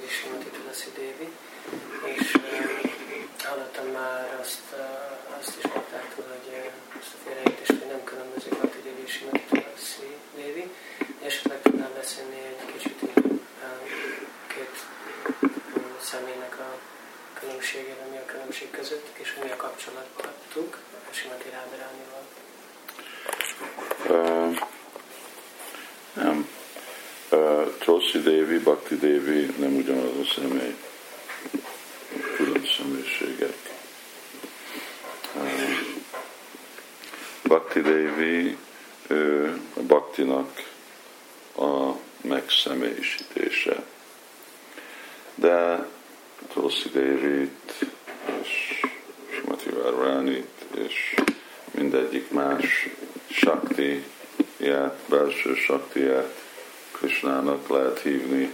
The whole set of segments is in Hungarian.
Lady Srimati Tulasi Devi, és hallottam már azt is mondtáktól, hogy ezt a félreértést, hogy nem különbözik Bhakti Devi és Srimati Tulasi Devi, esetleg tudnám beszélni egy kicsit két személynek a különbségére, mi a különbség között, és mi a kapcsolatuk a Srimati Radharanival. Nem. Tulsi Devi, Bhakti Devi nem ugyanaz a személy. Külön személyiségek. Bhakti Devi, ő a Bhaktinak a megszemélyisítése. De Tulsi Devit és Srimati Radharanit és mindegyik más Shakti-ját, belső Shakti-ját Krishnának lehet hívni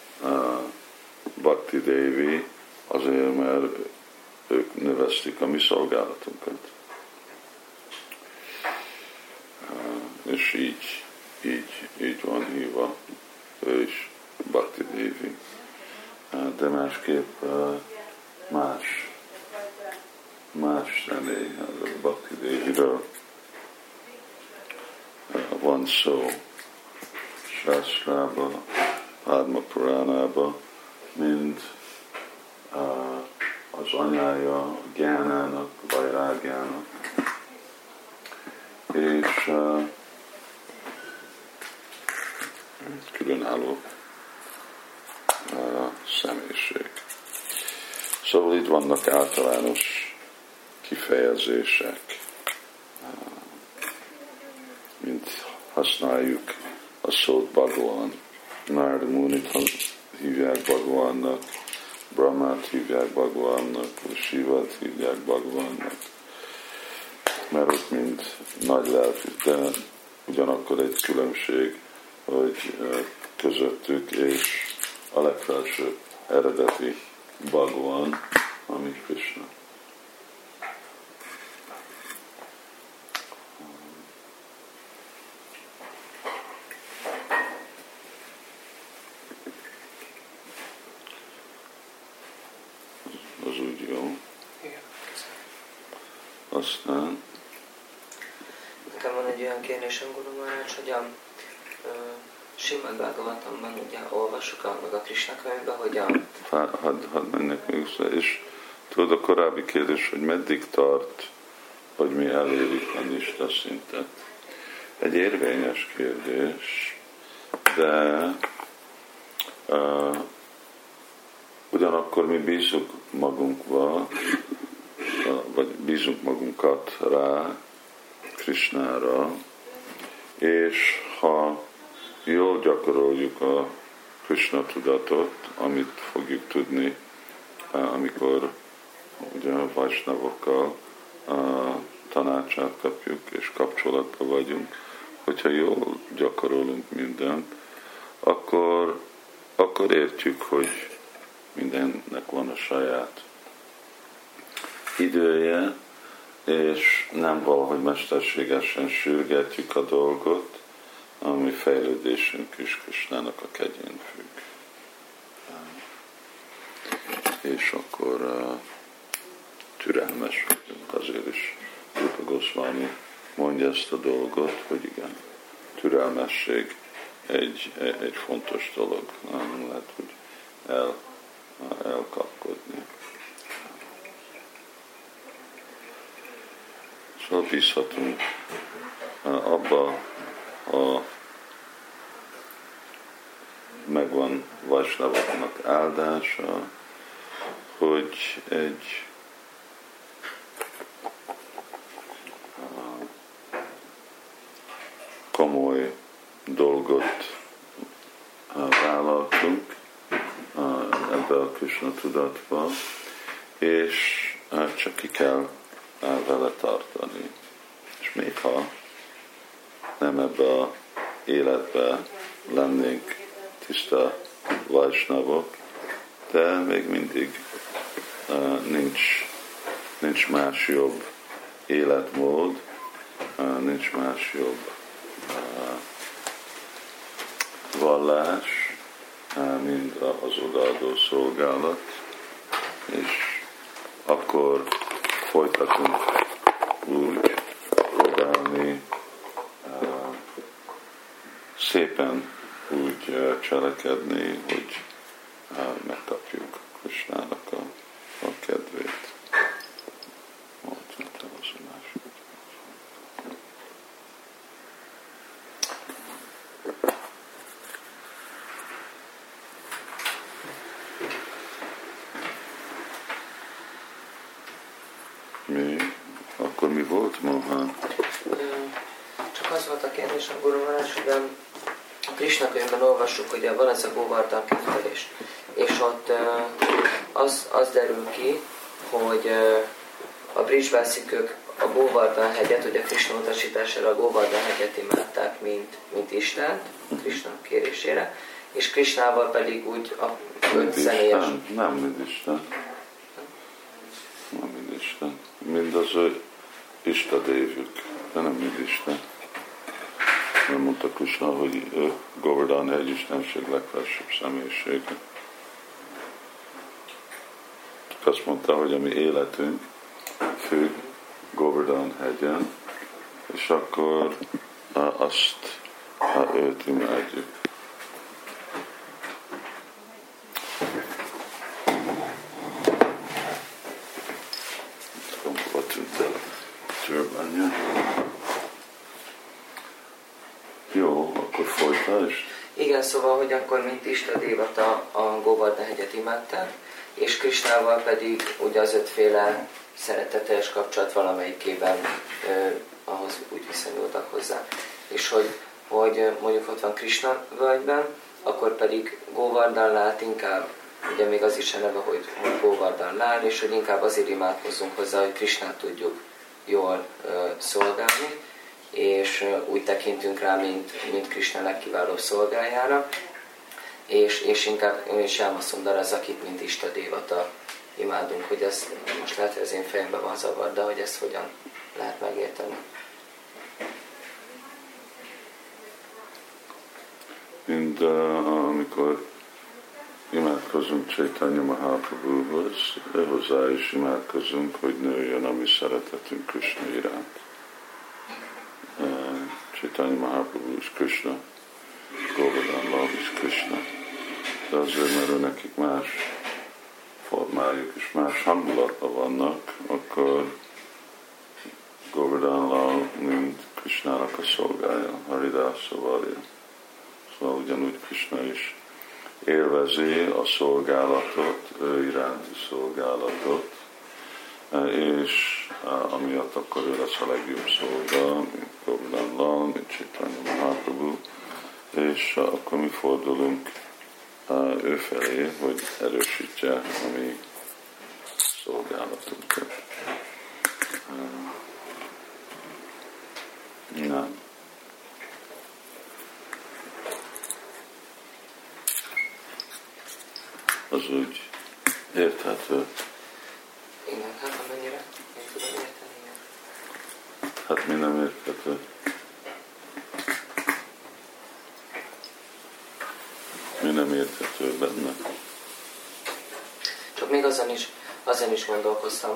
Bhakti Devi, azért, mert ők növesztik a mi szolgálatunkat. És így van hívva, ő is Bhakti Devi. De másképp más személy, a Bhakti Deviről van szó Sásztrába, Padma Puránába, mind az anyája a Gyánának, Vajrágyának, és különálló személyiség. Szóval itt vannak általános kifejezések, mint használjuk a szót Bhagavan. Narada Munit hívják Bhagavannak, Brahmát hívják Bhagavannak, Sivat hívják Bhagavannak, mert ott mind nagy lelkű, de ugyanakkor egy különbség, hogy közöttük és a legfelsőbb eredeti Bhagavan, ami Krishna. Az úgy jó. Igen. Aztán Nekem van egy olyan kérdésem, Guru Maharaj, hogy a Srimad Bhagavatamban ugye olvassuk meg a Krishna könyvben, hogy hadd menjek még össze, és tudod a korábbi kérdés, hogy meddig tart, hogy mi elérjük a nista szintet. Egy érvényes kérdés, de ugyanakkor mi bízunk magunkba, vagy bízunk magunkat rá, Krishnára, és ha jól gyakoroljuk a Krishna tudatot, amit fogjuk tudni, amikor ugye a Vajsnavokkal tanácsát kapjuk, és kapcsolatban vagyunk, hogyha jól gyakorolunk mindent, akkor értjük, hogy mindennek van a saját idője, és nem valahogy mesterségesen sürgetjük a dolgot, ami fejlődésünk is Krishnának a kegyén függ. És akkor türelmes vagyunk, azért is Rupa Goswami mondja ezt a dolgot, hogy igen, türelmesség egy fontos dolog, nem lehet úgy elkapkodni. Szóval bízhatunk abba, ha megvan Vajsnavoknak áldása, hogy egy komoly dolgot vállaltunk ebbe a Krishna tudatba, és csak ki kell vele tartani. És még ha nem ebbe az életbe lennénk tiszta vajsnavok, de még mindig nincs más jobb életmód, nincs más jobb vallás, mind az odaadó szolgálat, és akkor folytatunk úgy próbálni szépen úgy cselekedni, hogy megkapjuk Krisnának a kedvét. Akkor mi volt, Mohan? Csak az volt a kérdés a Guru Maharaj, hogy a Krishna könyvben olvassuk, hogy van ez a Govardhan kettelés, és ott az derül ki, hogy a Brijbászikök a Govardhan hegyet, hogy a Krishna utasítására a Govardhan hegyet imádták, mint Istent, Krishna kérésére, és Krishnával pedig úgy a személyes... Nem, mint Isten. Nem, mint Isten. Mind az ő istadévük, de nem mint Isten. Nem mondta Krishna, hogy ő Govardhan hegy istenség legfelsőbb személyisége. Azt mondta, hogy a mi életünk függ Govardhan hegyen, és akkor azt őt imádjuk. Hova tűnt el Turbánya? Jó, akkor folytasd. Igen, szóval, hogy akkor mint Istadévat a Govardhan hegyet imádták, és Krishnával pedig ugye az ötféle szereteteljes kapcsolat valamelyikében ahhoz úgy viszonyultak hozzá. És hogy mondjuk ott van Krishna völgyben, akkor pedig Govardhan lát inkább, ugye még az is a neve, hogy Govardhan lál, és hogy inkább azért imádkozzunk hozzá, hogy Krishnát tudjuk jól szolgálni, és úgy tekintünk rá, mint Krishna legkiválóbb szolgájára, és inkább Sámaszundar az, akit mint Istadévata imádunk, hogy ez most lehet, hogy az én fejemben van zavar, de hogy ezt hogyan lehet megérteni. Mind amikor imádkozunk Chaitanya Mahaprabhuhoz, hozzá is imádkozunk, hogy nőjön a mi szeretetünk Krishna iránt. Chaitanya Mahaprabhu is Krishna, Govardhan Lal is Krishna. De azért, mert ő nekik más formájuk és más hangulatban vannak, akkor Govardhan Lal mind Krishnának a szolgája, Haridasa Varja. Szóval ugyanúgy Krishna is élvezi a szolgálatot, ő iránti szolgálatot, és amiatt akkor ő lesz a legjobb szolga, mint Govardhan Lal, mint Chaitanya Mahaprabhu, és akkor mi fordulunk ő felé, hogy erősítse a mi szolgálatunkat. Nem. Az úgy érthető. Igen, hát amennyire én tudom érteni. Hát mi nem érthető. Mi nem érthető benne. Csak még azon is gondolkoztam,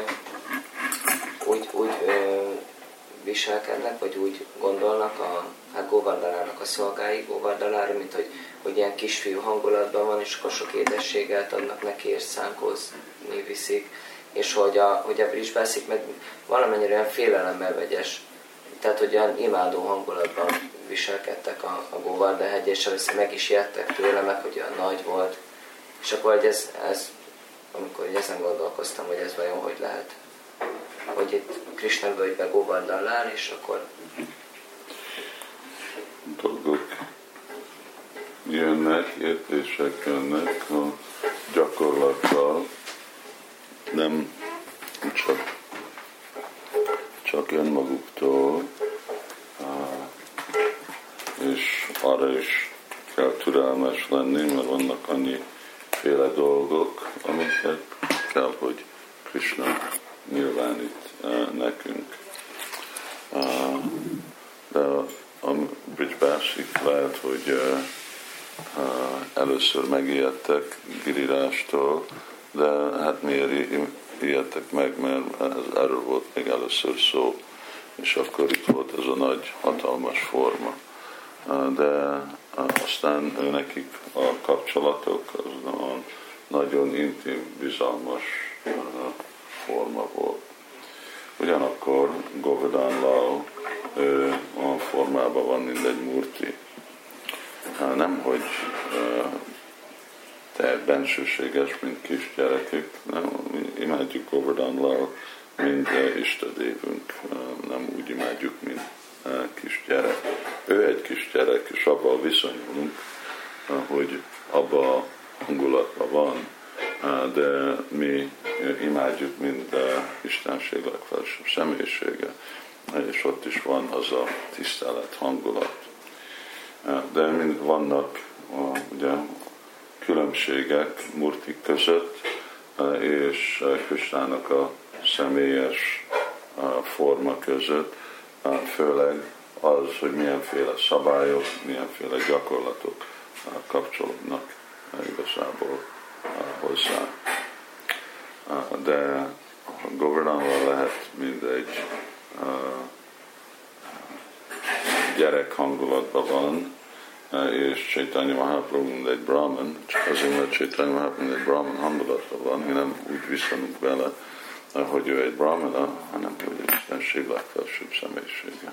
hogy úgy viselkednek, vagy úgy gondolnak a Govardhanának a szolgái, Govardhanára, mint hogy ilyen kisfiú hangulatban van, és akkor sok édességet adnak neki, és szánkozni viszik, és hogy a Brijbászik meg valamennyire olyan félelemmel vegyes, tehát hogy olyan imádó hangulatban viselkedtek a Govardhan hegy, és először meg is ijedtek tőle, meg hogy olyan nagy volt, és akkor hogy ez amikor ezen gondolkoztam, hogy ez vajon hogy lehet, hogy itt Krishna völgybe Govardhan áll, és akkor dolgok jönnek, értések jönnek a gyakorlattal, nem csak önmaguktól, és arra is kell türelmes lenni, mert vannak annyiféle dolgok, amiket kell, hogy Krishna nyilvánít nekünk. De a Brijbászik lehet, hogy először először megijedtek Girirástól, de hát miért ijedtek meg, mert erről volt még először szó, és akkor itt volt ez a nagy, hatalmas forma. De aztán nekik a kapcsolatok az nagyon intim, bizalmas forma volt. Ugyanakkor Govardhan Lal olyan formában van, mint egy murti. Nem, hogy te bensőséges, mint kisgyerekek, nem, imádjuk Govardhan Lal, mint istadévünk, nem úgy imádjuk, mint kisgyerek. Ő egy kisgyerek, és abban viszonyulunk, hogy abban a hangulatban van, de mi imádjuk, mint Istenség legfelsőbb személyisége, és ott is van az a tisztelet hangulat. De mind vannak ugye, különbségek murtik között, és Krisnának a személyes forma között, főleg az, hogy milyenféle szabályok, milyenféle gyakorlatok kapcsolódnak igazából hozzá. De Govardhanban lehet mindegy gyerek hangulatban van, és Chaitanya Mahaprabhu mindegy Brahman, csak azért, mert Chaitanya Mahaprabhu mindegy Brahman hangulatban van, mi nem úgy viszonyunk vele, hogy ő egy Brahmana, hanem hogy egy Istenség legfelsőbb személyisége.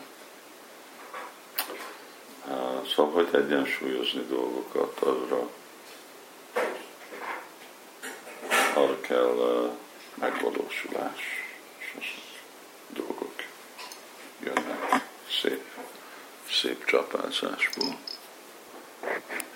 Szóval, hogy egyensúlyozni dolgokat, arra kell megvalósulás, és az dolgok jönnek szép csapázásból.